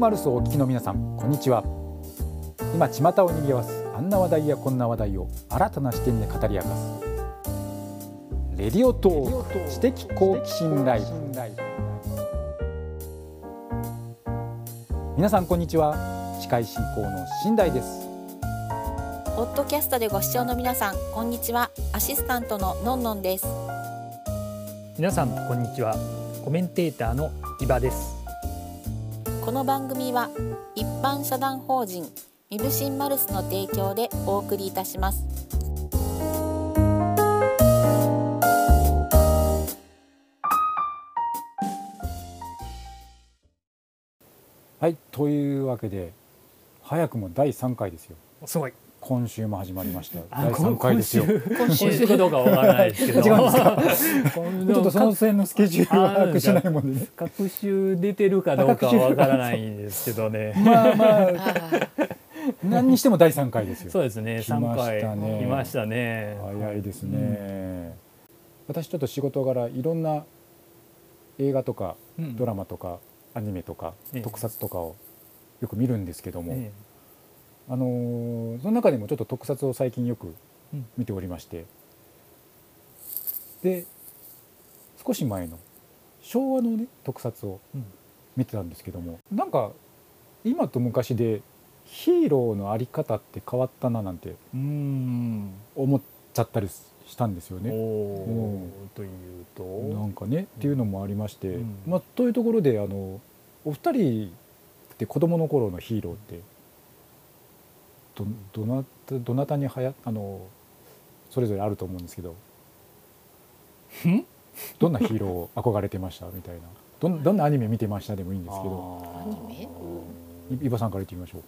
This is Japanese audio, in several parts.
マルスをお聞きの皆さん、こんにちは。今巷を賑わすあんな話題やこんな話題を新たな視点で語り明かすレディオトーク知的好奇心ライブ。皆さんこんにちは。司会進行の新大です。 ポッドキャストでご視聴の皆さん、こんにちは。アシスタントののんのんです。 皆さんこんにちは。コメンテーターの伊庭です。 この番組は一般社団法人ミブシンマルスの提供でお送りいたします。 はい、というわけで早くも第3回ですよ。 すごい。 今週も始まりました。第3回ですよ。 今週かどうかわからないですけど。 違うんですか。ちょっとその辺のスケジュールは把握しないもんでね。 各週出てるかどうかはわからないんですけどね。 まあ何にしても第3回ですよ。 そうですね。3回来ましたね。 早いですね。私ちょっと仕事柄いろんな映画とかドラマとかアニメとか特撮とかをよく見るんですけども、その中でもちょっと特撮を最近よく見ておりまして、で少し前の昭和のね特撮を見てたんですけども、なんか今と昔でヒーローのあり方って変わったななんて思っちゃったりしたんですよね。 というとなんかねっていうのもありまして、というところでお二人って子供の頃のヒーローってどなたにそれぞれあると思うんですけど、どんなヒーローを憧れてましたみたいな、どんなアニメ見てましたでもいいんですけど、 アニメ？ 伊庭さんから言ってみましょ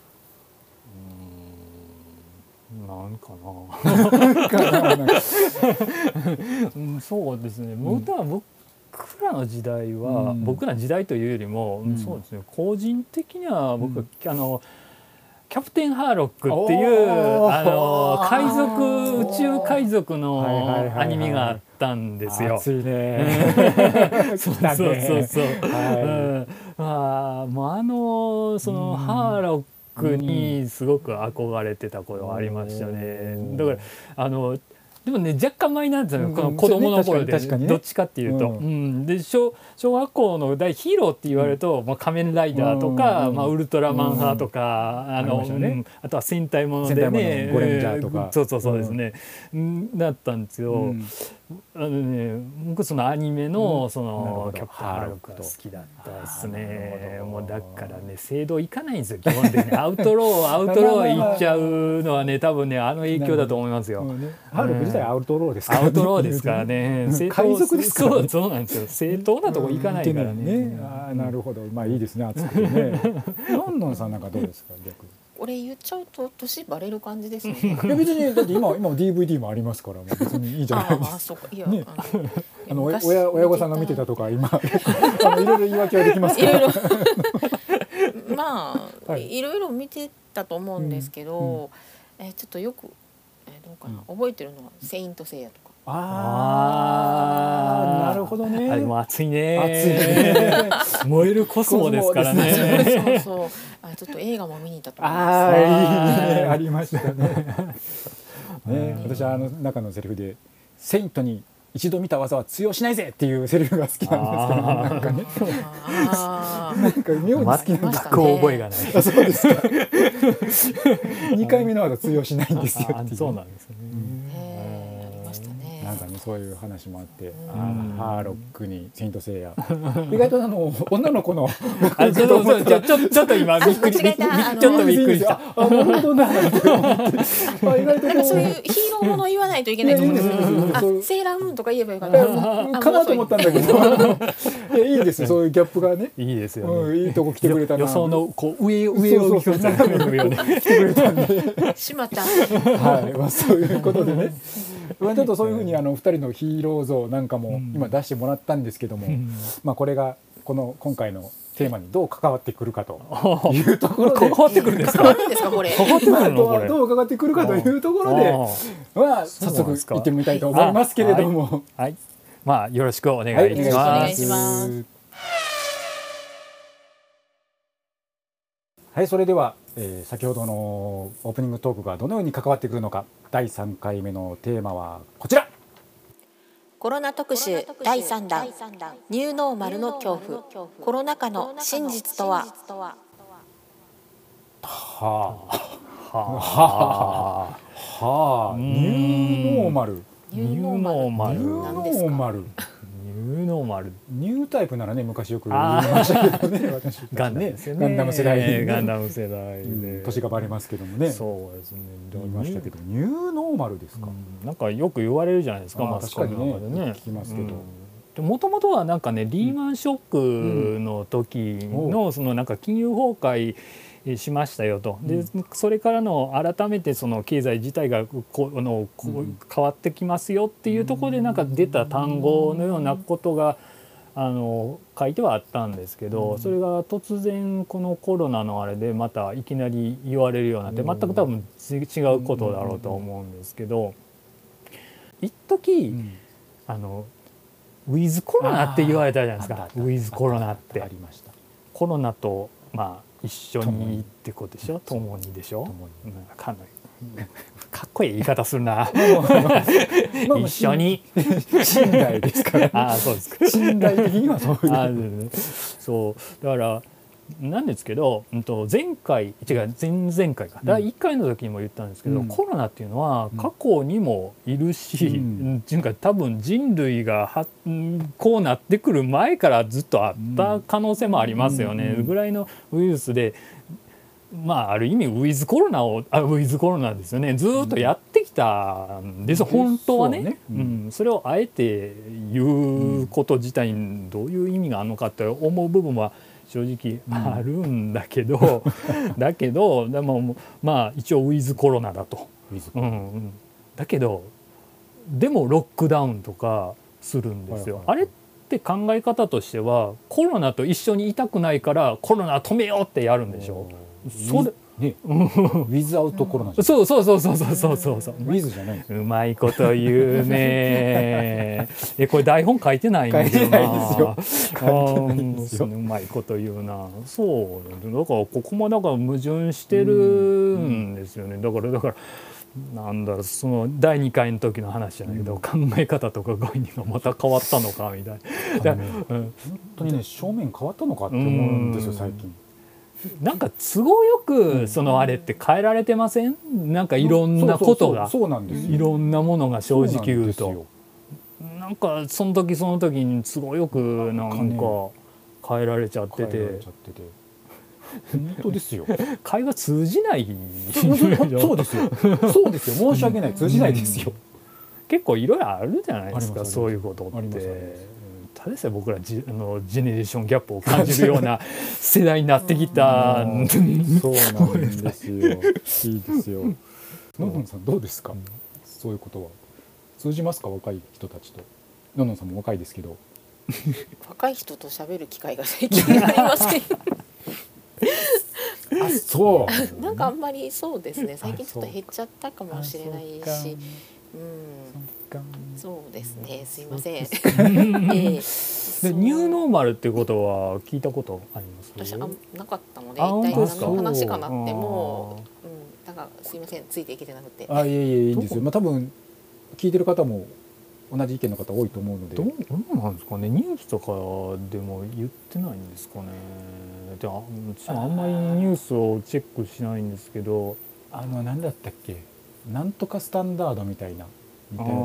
うか。なんかな。そうですね。僕らの時代は、僕らの時代というよりも、そうですね。個人的には僕キャプテンハーロックっていう宇宙海賊のアニメがあったんですよ。 熱いね。 そう。そのハーロックにすごく憧れてた頃はありましたね。だからでもね、若干マイナーなんですよ、この子供の頃で、どっちかっていうと、で小学校の大ヒーローって言われると、仮面ライダーとか、ウルトラマン派とか、あとは戦隊ものでね、 ゴレンジャーとか、 そうですね、だったんですよ。僕そのアニメのそのキャプテンハーロックが好きだったですね。もうだからね、正道行かないんですよ基本的に。アウトロー行っちゃうのはね、多分ね影響だと思いますよ。 ハーロック自体アウトローですからね。 アウトローですからね。 海賊ですからね。 そうなんですよ。正当なとこ行かないからね。 なるほど。まあいいですね、熱くてね。のんのんさんなんかどうですか、逆に。 これ言っちゃうと年バレる感じですね。 いや別にだって今 DVD もありますから、別にいいじゃないですか。 そうか。いや、 親御さんが見てたとか今いろいろ言い訳はできますから。 いろいろ見てたと思うんですけど、ちょっとよくどうかな、覚えてるのはセイントセイヤとか。 なるほどね。 あれも熱いね。燃えるコスモですからね。 そう。ちょっと映画も見に行ったと思います。 ありましたね。私は中のセリフでセイントに一度見た技は通用しないぜっていうセリフが好きなんですけど、なんかね。なんか妙に好きなんです。 全く覚えがない。 そうですか。2回目の技通用しないんですよっていう。 そうなんですね。 なんかね、そういう話もあって、ハーロックにセイントセイヤ、意外と女の子のちょっと今ちょっとびっくりした。 なるほどなって思って、意外となんかそういうヒーローもの言わないといけないと思うんですよ。セーラームーンとか言えばよかったかなと思ったんだけど、いいですね、そういうギャップがね。 いいですよね。 いいとこ来てくれたな。 予想のこう上を来てくれたんで。 しまった。 はい、そういうことでね。ちょっとそういうふうに2人のヒーロー像なんかも今出してもらったんですけども、これが今回のテーマにどう関わってくるかというところで、 関わってくるんですか？ これ。 どう関わってくるかというところで早速行ってみたいと思いますけれども、 はい、よろしくお願いします。 はい、それでは、先ほどのオープニングトークがどのように関わってくるのか、第3回目のテーマはこちら。 コロナ特集第3弾、ニューノーマルの恐怖、コロナ禍の真実とは。 はあ、ニューノーマル、 ニューノーマル、 ニューノーマル、 ニューノーマル、 ニュータイプならね、昔よく言いましたけどね、私ガンダムですよね。 ガンダム世代、 ガンダム世代で年がバレますけどもね。 そうですね。 言いましたけど、ニューノーマルですか。 なんかよく言われるじゃないですか、マスコミの中でね。 聞きますけど。 もともとはなんかね、リーマンショックの時のそのなんか金融崩壊しましたよと。でそれからの改めてその経済自体が変わってきますよっていうところでなんか出た単語のようなことが書いてはあったんですけど、それが突然このコロナのあれでまたいきなり言われるようになって全く多分違うことだろうと思うんですけど、一時ウィズコロナって言われたじゃないですか。ウィズコロナってありました。 コロナと一緒にってことでしょ。共にでしょ。かっこいい言い方するな。一緒に信頼ですから。 そうですか。 信頼的にはそういう。 そうだからなんですけど、前回前々回か第1回の時にも言ったんですけど、コロナっていうのは過去にもいるし、多分人類がこうなってくる前からずっとあった可能性もありますよね、ぐらいのウイルスで、ある意味ウィズコロナですよね。ずっとやってきたんです、本当はね。それをあえて言うこと自体にどういう意味があるのかって思う部分は正直あるんだけど、でも一応ウィズコロナだと。だけどでもロックダウンとかするんですよ。あれって考え方としてはコロナと一緒にいたくないからコロナ止めようってやるんでしょ。それね、ウィズアウトコロナ。 そうウィズじゃない。 うまいこと言うね。これ台本書いてないんだよな。うまいこと言うな。そうだからここもだから矛盾してるんですよね。だからなんだろう、その第2回の時の話じゃないけど、考え方とか概念がまた変わったのかみたいな。 本当にね、正面変わったのかって思うんですよ最近。 なんか都合よくそのあれって変えられてません？なんかいろんなことが、いろんなものが正直言うと、なんかその時に都合よくなんか変えられちゃってて、 本当ですよ。 会話通じない。 そうですよ。申し訳ない、通じないですよ。 結構いろいろあるじゃないですか、そういうことって。ただでさえ僕らジェネレーションギャップを感じるような世代になってきた。 そうなんですよ。いいですよ。ののんさんどうですか？そういうことは通じますか？若い人たちと。ののんさんも若いですけど。 若い人と喋る機会が最近ありません。 そう。 なんかあんまりそうですね。最近ちょっと減っちゃったかもしれないし。そうですね。すいません。 でニューノーマルっていうことは聞いたことあります？ 私なかったので、一体何の話かなってもう、だからすいません、ついていけてなくて。 いえいいんですよ。多分聞いてる方も同じ意見の方多いと思うので。 どうなんですかね。ニュースとかでも言ってないんですかね。でも私もあんまりニュースをチェックしないんですけど、 何だったっけ、なんとかスタンダードみたいな言葉で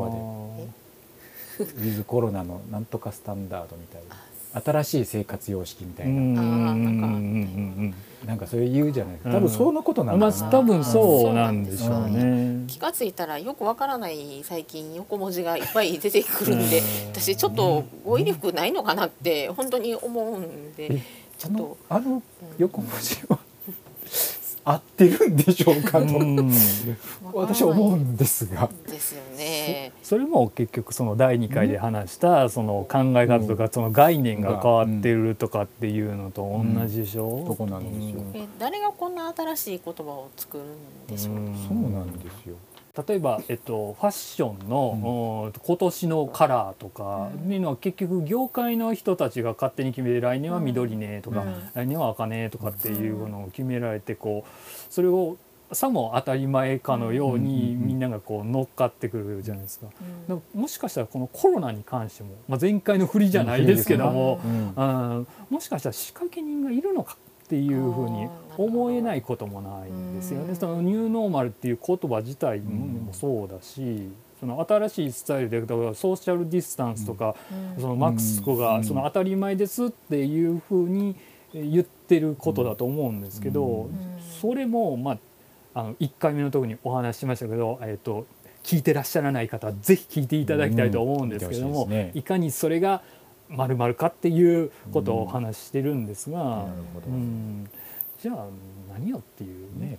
ウィズコロナのなんとかスタンダードみたいな、新しい生活様式みたいな、なんかそれ言うじゃないですか。多分そのことなんです。 多分そうなんでしょうね。 気がついたらよくわからない最近横文字がいっぱい出てくるんで、私ちょっと語彙力ないのかなって本当に思うんで、ちょっと横文字は合ってるんでしょうかと私は思うんですが。 ですよね。 それも結局その第2回で話したその考え方とかその概念が変わってるとかっていうのと同じでしょ。 そこなんですよ。 誰がこんな新しい言葉を作るんでしょう。 そうなんですよ。 例えば、ファッションの、今年のカラーとかっていうのは結局業界の人たちが勝手に決めて来年は緑ねとか、来年は赤ねとかっていうのを決められてこうそれをさも当たり前かのようにみんながこう乗っかってくるじゃないですか。もしかしたらこのコロナに関しても、前回の振りじゃないですけども、もしかしたら仕掛け人がいるのかっていうふうに思えないこともないんですよね。そのニューノーマルっていう言葉自体もそうだし、その新しいスタイルでソーシャルディスタンスとか、そのマスクがその当たり前ですっていうふうに言ってることだと思うんですけど、それも1回目の時にお話ししましたけど、聞いてらっしゃらない方はぜひ聞いていただきたいと思うんですけども、いかにそれが丸々かっていうことをお話ししてるんですが、じゃあ何よっていうね。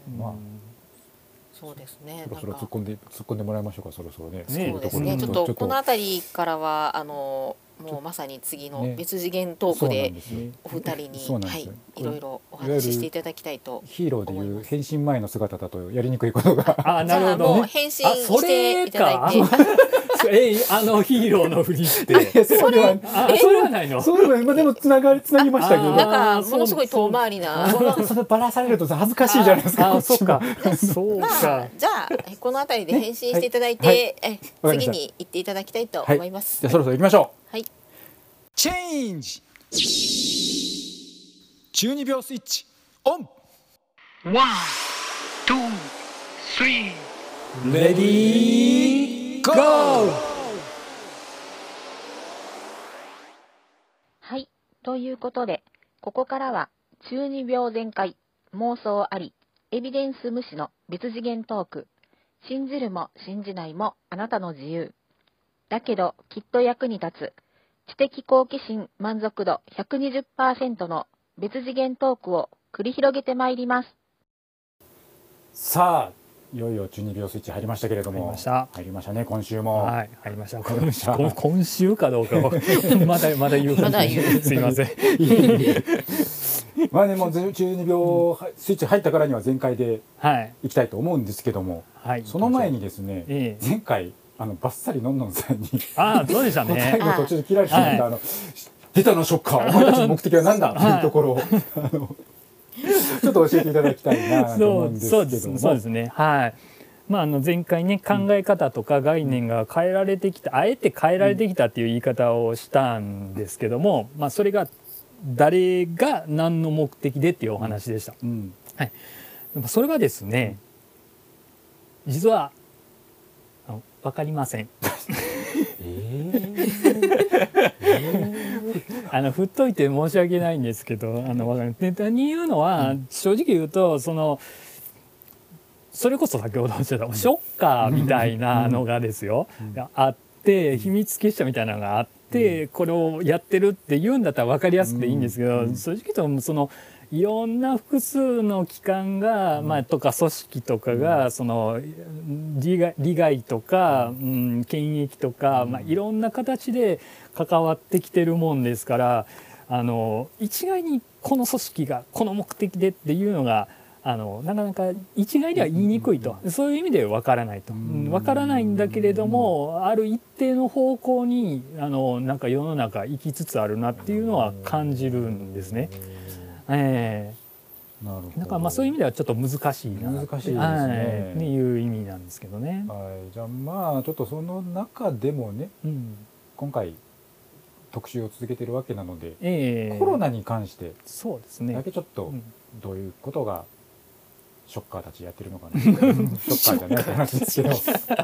そうですね。 そろそろ突っ込んでもらいましょうか。そろそろね。 そうですね。ちょっとこの辺りからはもうまさに次の別次元トークでお二人にいろいろお話ししていただきたいと。 ヒーローでいう変身前の姿だとやりにくいことが。 なるほど。 もう変身していただいて。 ヒーローのふりってそれはないの。 そうでもつなぎましたけど。 なんかものすごい遠回りな。 それバラされると恥ずかしいじゃないですか。 そうか。 じゃあこの辺りで変身していただいて、次に行っていただきたいと思います。 じゃあそろそろ行きましょう。 はい。 チェンジ。12秒スイッチオン。 1、2、3。 レディーゴー。 はい。ということで、ここからは中二病全開、妄想あり、エビデンス無視の別次元トーク。信じるも信じないもあなたの自由。だけどきっと役に立つ。知的好奇心満足度 120% の別次元トークを繰り広げてまいります。 さあ、いよいよ12秒スイッチ入りましたけれども、入りましたね。今週も入りました。今週かどうかをまだ言うすいません。 でも12秒スイッチ入ったからには全開でいきたいと思うんですけども、その前にですね、前回バッサリのんのんさんにそうでしたね。 最後途中で切られてた出たのショッカー、お前たちの目的は何だっていうところをちょっと教えていただきたいなと思うんですけども。 そうですね。前回ね、考え方とか概念が変えられてきた、あえて変えられてきたっていう言い方をしたんですけども、それが誰が何の目的でっていうお話でした。それがですね、実は分かりません。振っといて申し訳ないんですけど、何言うのは、正直言うとそれこそ先ほどおっしゃったショッカーみたいなのがですよ、あって秘密結社みたいなのがあって、これをやってるって言うんだったら分かりやすくていいんですけど、正直言うといろんな複数の機関が、とか組織とかが利害とか、権益とか、いろんな形で関わってきてるもんですから、一概にこの組織がこの目的でっていうのがなかなか一概では言いにくいと、そういう意味でわからないと、わからないんだけれども、ある一定の方向になんか世の中行きつつあるなっていうのは感じるんですね。だからそういう意味ではちょっと難しいなっていう意味なんですけどね。 じゃあちょっとその中でもね、今回特集を続けているわけなので、コロナに関してだけちょっとどういうことがショッカーたちやってるのかなショッカーじゃないって話ですけど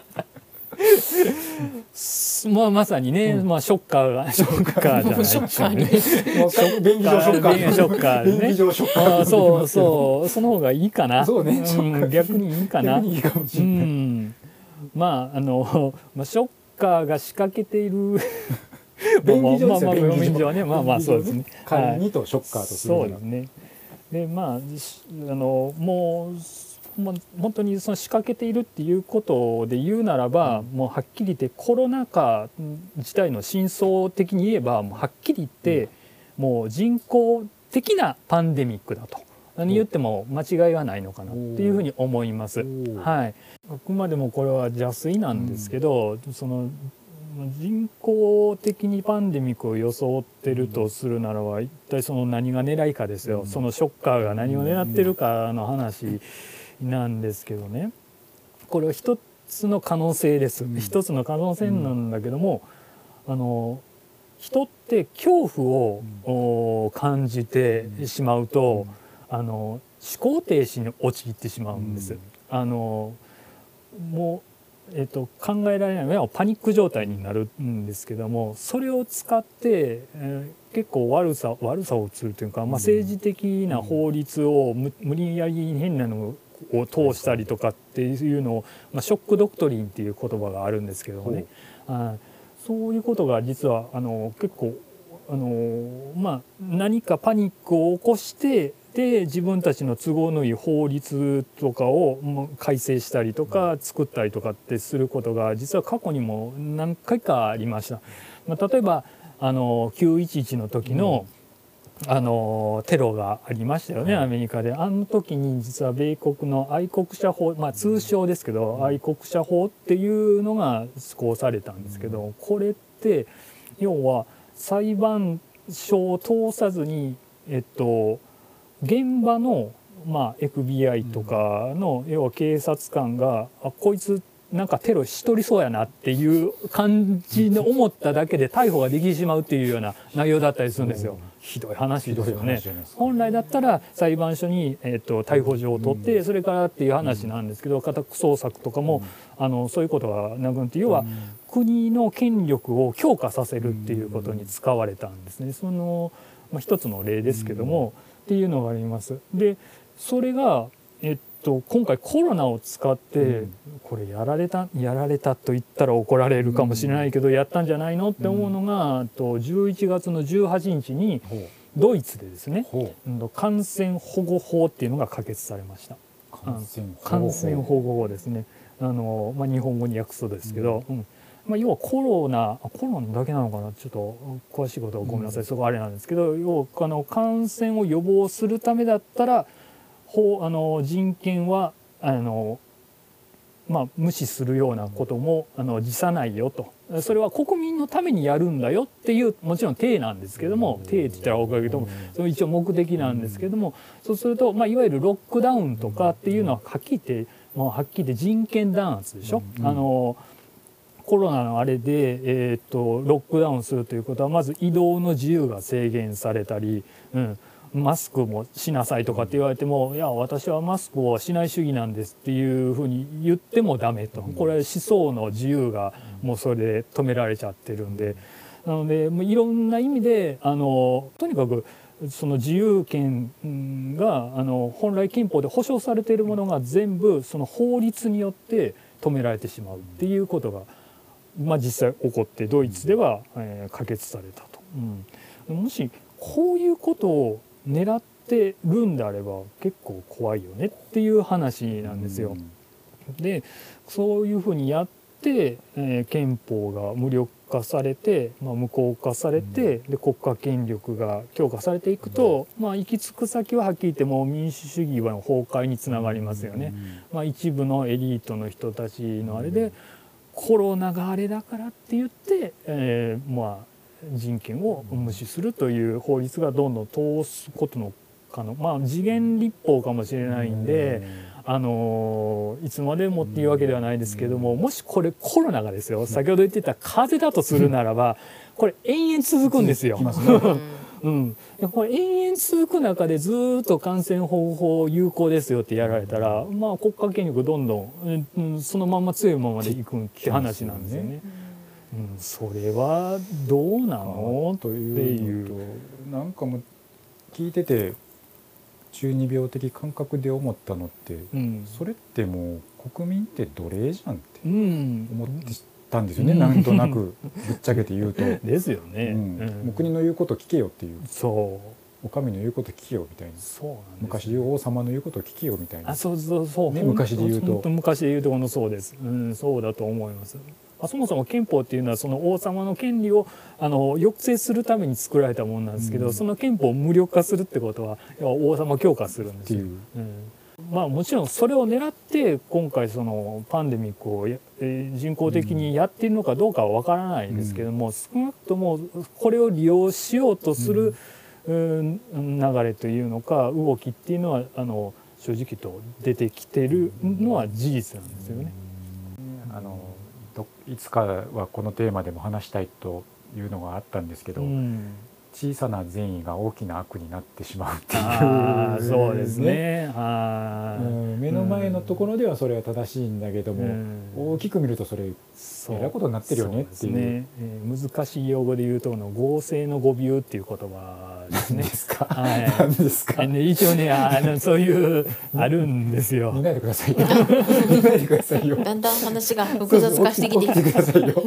まさにね、ショッカーじゃないショッカーね、 便宜上ショッカー、 便宜上ショッカーね、そうその方がいいかな。 そうね、 逆にいいかな。 逆にいいかもしれない。 ショッカーが仕掛けている便宜上ね、そうですね。 仮にとショッカーとする。 そうですね。でもう本当にその仕掛けているっていうことで言うならば、もうはっきり言ってコロナ禍自体の真相的に言えば、もうはっきり言って、もう人工的なパンデミックだと何言っても間違いはないのかなっていうふうに思います。はい、あくまでもこれは邪推なんですけど、その人工的にパンデミックを装ってるとするならば、一体その何が狙いかですよ。そのショッカーが何を狙ってるかの話なんですけどね、これは一つの可能性です。一つの可能性なんだけども、人って恐怖を感じてしまうと思考停止に陥ってしまうんです。もう考えられないのはパニック状態になるんですけども、それを使って、結構悪さをするというか、政治的な法律を無理やり変なのを通したりとかっていうのを、ショックドクトリンっていう言葉があるんですけどもね、そういうことが実は結構何かパニックを起こしてで自分たちの都合のいい法律とかを改正したりとか作ったりとかってすることが実は過去にも何回かありました。例えば9.11の時のテロがありましたよね、アメリカで。あの時に実は米国の愛国者法、通称ですけど愛国者法っていうのが施行されたんですけど、これって要は裁判所を通さずに現場のFBI とかの要は警察官がこいつなんかテロしとりそうやなっていう感じで思っただけで逮捕ができてしまうっていうような内容だったりするんですよ。ひどい話ですよね。本来だったら裁判所に逮捕状を取ってそれからっていう話なんですけど、家宅捜索とかもそういうことがなくなって、要は国の権力を強化させるっていうことに使われたんですね。その一つの例ですけどもっていうのがあります。でそれが今回コロナを使ってこれやられたと言ったら怒られるかもしれないけどやったんじゃないのって思うのが11月の18日にドイツでですね感染保護法っていうのが可決されました。感染保護法ですね。日本語に訳すとですけど、要はコロナだけなのかな、ちょっと詳しいことはごめんなさい、そこあれなんですけど、要は感染を予防するためだったら人権は無視するようなことも辞さないよと、それは国民のためにやるんだよっていうもちろん体なんですけども、体って言ったらおかげけどもそれ一応目的なんですけども、そうするといわゆるロックダウンとかっていうのははっきり言って人権弾圧でしょ。コロナのあれで、ロックダウンするということはまず移動の自由が制限されたり、マスクもしなさいとかって言われても、いや私はマスクをしない主義なんですっていうふうに言ってもダメと、これは思想の自由がもうそれで止められちゃってるんで、なのでいろんな意味でとにかくその自由権が本来憲法で保障されているものが全部その法律によって止められてしまうっていうことが、実際起こってドイツでは、可決されたと、もしこういうことを狙ってるんであれば結構怖いよねっていう話なんですよ。でそういうふうにやって、憲法が無力化されて、無効化されて、で国家権力が強化されていくと、行き着く先ははっきり言っても民主主義の崩壊につながりますよね。一部のエリートの人たちのあれでコロナがあれだからって言って、人権を無視するという法律がどんどん通すことの時限立法かもしれないんで、いつまでもっていうわけではないですけども、もしこれコロナがですよ、先ほど言ってた風邪だとするならばこれ延々続くんですよ。これ延々続く中でずっと感染保護法有効ですよってやられたら、国家権力どんどん、そのまま強いままでいくって話なんですよね。それはどうなのというと、 なんかもう聞いてて中二病的感覚で思ったのって、それってもう国民って奴隷じゃんって思ってたんですよね、なんとなくぶっちゃけて言うと。 ですよね。 もう国の言うこと聞けよっていう。 そお上の言うこと聞けよみたいな、 そうなんです、ね、 昔で王様の言うことを聞けよみたいな、 あ、そうそうそう、 ね、昔で言うと昔で言うとこのそうです、うん、そうだと思います。そもそも憲法っていうのはその王様の権利を抑制するために作られたものなんですけど、その憲法を無力化するってことは王様を強化するんですよ。まあ、もちろんそれを狙って今回そのパンデミックを人工的にやっているのかどうかは分からないんですけども、少なくともこれを利用しようとする流れというのか動きっていうのは正直と出てきてるのは事実なんですよね。 いつかはこのテーマでも話したいというのがあったんですけど、小さな善意が大きな悪になってしまうっていう、 そうですね。 目の前のところではそれは正しいんだけども、大きく見るとそれえらいことになってるよねっていう。 難しい用語で言うと合成の語尾っていう言葉ですね。 ですか。何ですか。 一応ねそういうあるんですよ。 見ないでくださいよ。見ないでくださいよ。 だんだん話が複雑化してきてくださいよ。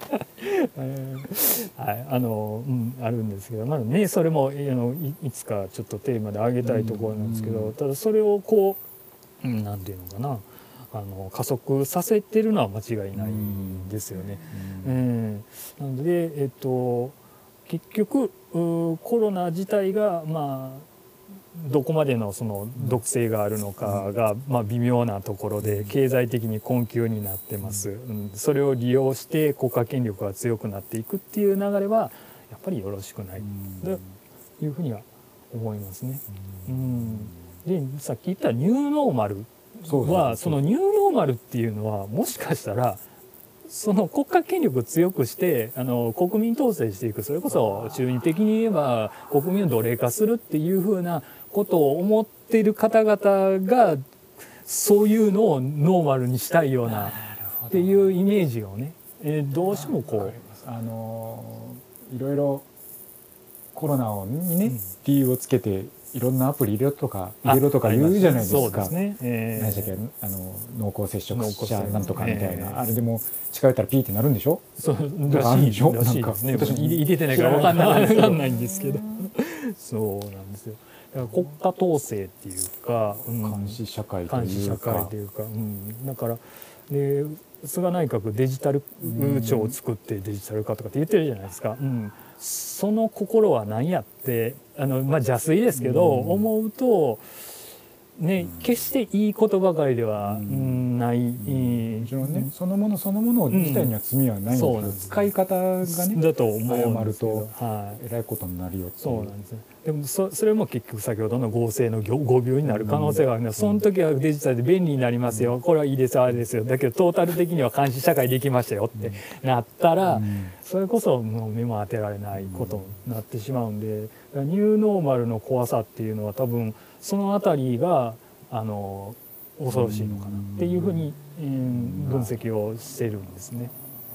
はい、あるんですけど、まだねそれもいつかちょっとテーマで挙げたいところなんですけど、ただそれをこうなんていうのかな加速させてるのは間違いないんですよね。なので結局コロナ自体がどこまでのその毒性があるのかが微妙なところで経済的に困窮になってます。それを利用して国家権力が強くなっていくっていう流れはやっぱりよろしくないというふうには思いますね。でさっき言ったニューノーマルはそのニューノーマルっていうのはもしかしたらその国家権力を強くして国民統制していく、それこそ中二的に言えば国民を奴隷化するっていうふうなことを思っている方々がそういうのをノーマルにしたいようなっていうイメージをね、どうしてもこういろいろコロナにね理由をつけていろんなアプリ入れろとか言うじゃないですか。そうですね。何でしたっけ濃厚接触者なんとかみたいな、あれでも近寄ったらピーってなるんでしょ。 そうらしいですね。私入れてないから分かんないんですけどそうなんですよ。だから国家統制っていうか、 監視社会というか、だからで菅内閣デジタル庁を作ってデジタル化とかって言ってるじゃないですか。その心は何やって邪推ですけど、思うとね、決していいことばかりではない。 もちろんね、そのもの自体には罪はないんだけど、使い方がねだと思誤るとえらいことになるよっていう。 そうなんですね。でもそれも結局先ほどの合成の誤謬になる可能性があるので、その時はデジタルで便利になりますよ、これはいいですよあれですよ、だけどトータル的には監視社会できましたよってなったら、それこそもう目も当てられないことになってしまうんで、ニューノーマルの怖さっていうのは多分そのあたりが恐ろしいのかなっていうふうに分析をしてるんですね。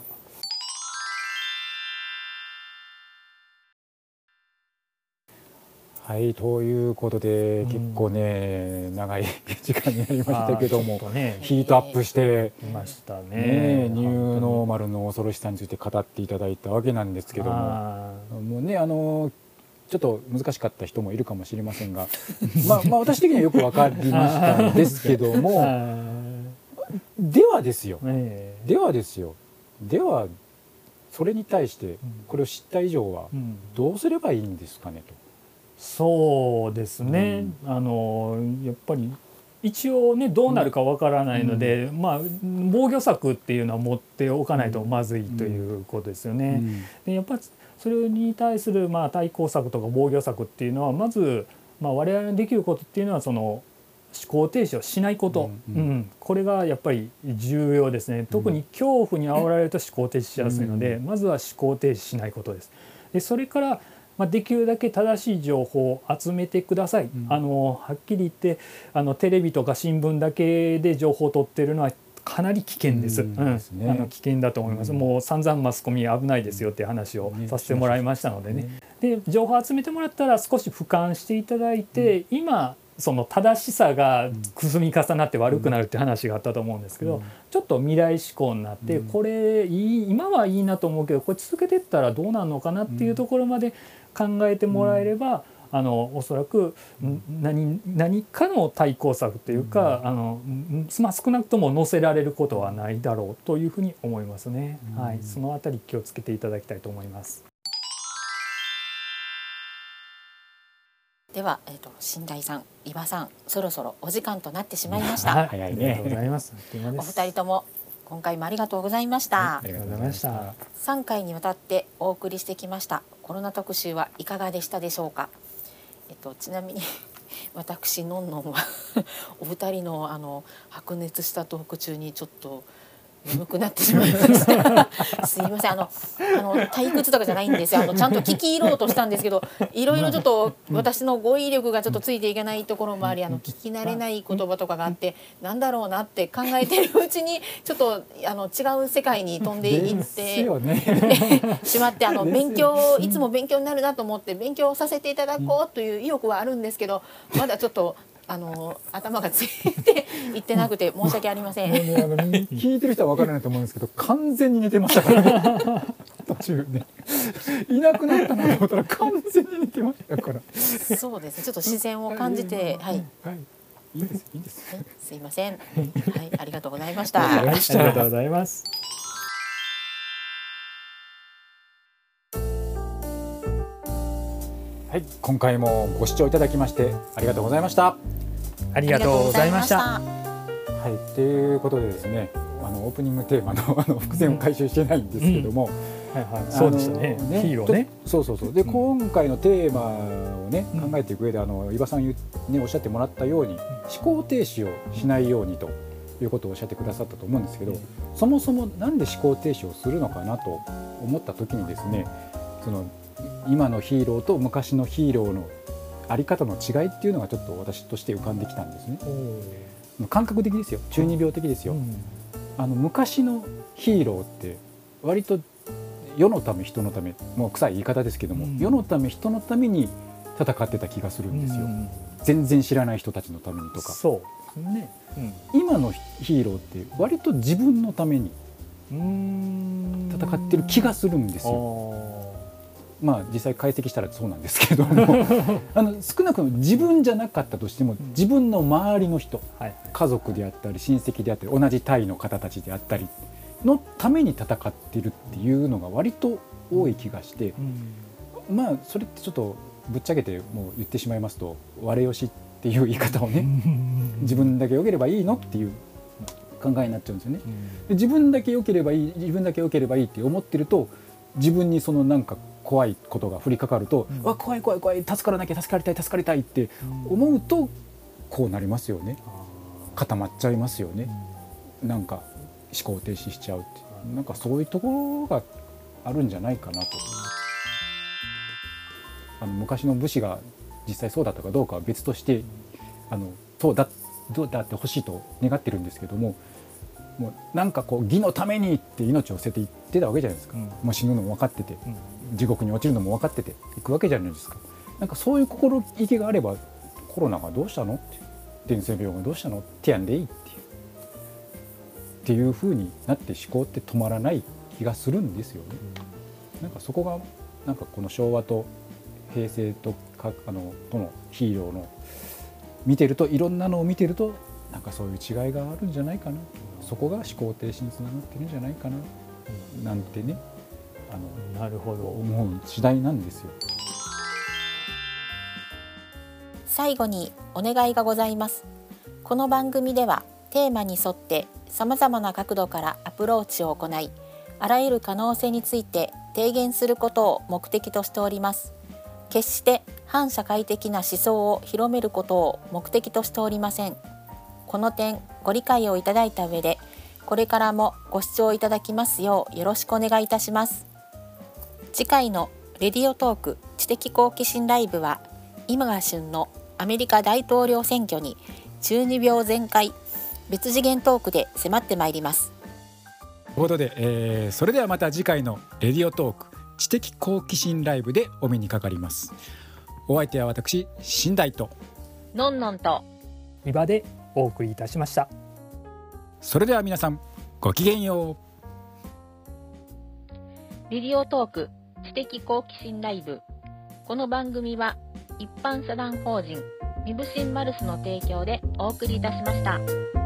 はい、ということで、結構ね長い時間になりましたけども、ヒートアップしていましたね。 ニューノーマルの恐ろしさについて語っていただいたわけなんですけども、もうねちょっと難しかった人もいるかもしれませんが私的にはよく分かりましたんですけどもではそれに対してこれを知った以上はどうすればいいんですかねと。 そうですね、やっぱり一応ねどうなるかわからないので、防御策っていうのは持っておかないとまずいということですよね。でやっぱりそれに対する対抗策とか防御策っていうのはまず我々のできることっていうのはその思考停止をしないこと、これがやっぱり重要ですね。特に恐怖に煽られると思考停止しやすいので、まずは思考停止しないことです。でそれからできるだけ正しい情報を集めてください。はっきり言ってテレビとか新聞だけで情報を取ってるのはかなり危険です。危険だと思います。もう散々マスコミ危ないですよっていう話をさせてもらいましたのでね。で情報を集めてもらったら少し俯瞰していただいて、今その正しさが積み重なって悪くなるって話があったと思うんですけど、ちょっと未来志向になって、これ今はいいなと思うけどこれ続けていったらどうなるのかなっていうところまで考えてもらえれば、 おそらく何かの対抗策というか、少なくとも載せられることはないだろうというふうに思いますね。はい、そのあたり気をつけていただきたいと思います。 では、新大さん、伊庭さん、そろそろお時間となってしまいました。 早いね。ありがとうございます。 お二人とも今回もありがとうございました。 ありがとうございました。 3回にわたってお送りしてきましたコロナ特集はいかがでしたでしょうか。ちなみに私のんのんはお二人の白熱したトーク中にちょっと眠くなってしまいましたすいません、退屈とかじゃないんですよ。ちゃんと聞き入ろうとしたんですけど、いろいろちょっと私の語彙力がちょっとついていけないところもあり、聞き慣れない言葉とかがあって、なんだろうなって考えてるうちにちょっと違う世界に飛んでいってしまって、いつも勉強になるなと思って勉強させていただこうという意欲はあるんですけど、まだちょっと頭がついていってなくて申し訳ありません。 聞いてる人は分からないと思うんですけど、完全に寝てましたからね途中ね、いなくなったなと思ったら完全に寝てましたから。 そうですね、ちょっと自然を感じて、はい、 いいですいいです、 すいません、はい、ありがとうございました。 ありがとうございます。 はい、今回もご視聴いただきましてありがとうございました。 ありがとうございました。 はい、ということでですね、オープニングテーマの伏線を回収してないんですけども、 そうでしたね、ヒーローね。 そうで、今回のテーマをね、考えていく上で伊庭さんねおっしゃってもらったように、思考停止をしないようにということをおっしゃってくださったと思うんですけど、そもそもなんで思考停止をするのかなと思った時にですね、今のヒーローと昔のヒーローのあり方の違いっていうのがちょっと私として浮かんできたんですね。感覚的ですよ、中二病的ですよ。昔のヒーローって割と世のため人のため、もう臭い言い方ですけども、世のため人のために戦ってた気がするんですよ。全然知らない人たちのためにとか。 そうね、 今のヒーローって割と自分のために戦ってる気がするんですよ。まあ実際解析したらそうなんですけども少なくとも自分じゃなかったとしても、自分の周りの人、家族であったり親戚であったり同じ隊の方たちであったりのために戦ってるっていうのが割と多い気がして、まあそれってちょっとぶっちゃけてもう言ってしまいますと、我よしっていう言い方をね自分だけ良ければいいのっていう考えになっちゃうんですよね。で自分だけ良ければいい、自分だけ良ければいいって思ってると、自分になんか怖いことが降りかかると、怖い怖い怖い、助からなきゃ、助かりたい助かりたいって思うと、こうなりますよね。固まっちゃいますよね。なんか思考停止しちゃうって、なんかそういうところがあるんじゃないかなと。昔の武士が実際そうだったかどうかは別として、どうだってほしいと願ってるんですけども、もうなんか義のためにって命を捨てていってたわけじゃないですか。もう死ぬのも分かってて、地獄に落ちるのも分かってていくわけじゃないですか。なんかそういう心意気があれば、コロナがどうしたのって、伝染病がどうしたのってやんでいいっていう風になって、思考って止まらない気がするんですよね。なんかそこがなんかこの昭和と平成ととのヒーローの見てると、いろんなのを見てると、なんかそういう違いがあるんじゃないかな、そこが思考停止につながってるんじゃないかな、なんてね、 なるほど、 思う次第なんですよ。 最後にお願いがございます。この番組ではテーマに沿ってさまざまな角度からアプローチを行い、あらゆる可能性について提言することを目的としております。決して反社会的な思想を広めることを目的としておりません。この点ご理解をいただいた上で、これからもご視聴いただきますようよろしくお願いいたします。次回のレディオトーク知的好奇心ライブは、今が旬のアメリカ大統領選挙に中二病全開、別次元トークで迫ってまいります。 ということで、それではまた次回のレディオトーク知的好奇心ライブでお目にかかります。お相手は私、新大とのんのんと伊庭でお送りいたしました。 それでは皆さん、ごきげんよう。 レディオトーク知的好奇心ライブ。この番組は一般社団法人ミブシンマルスの提供でお送りいたしました。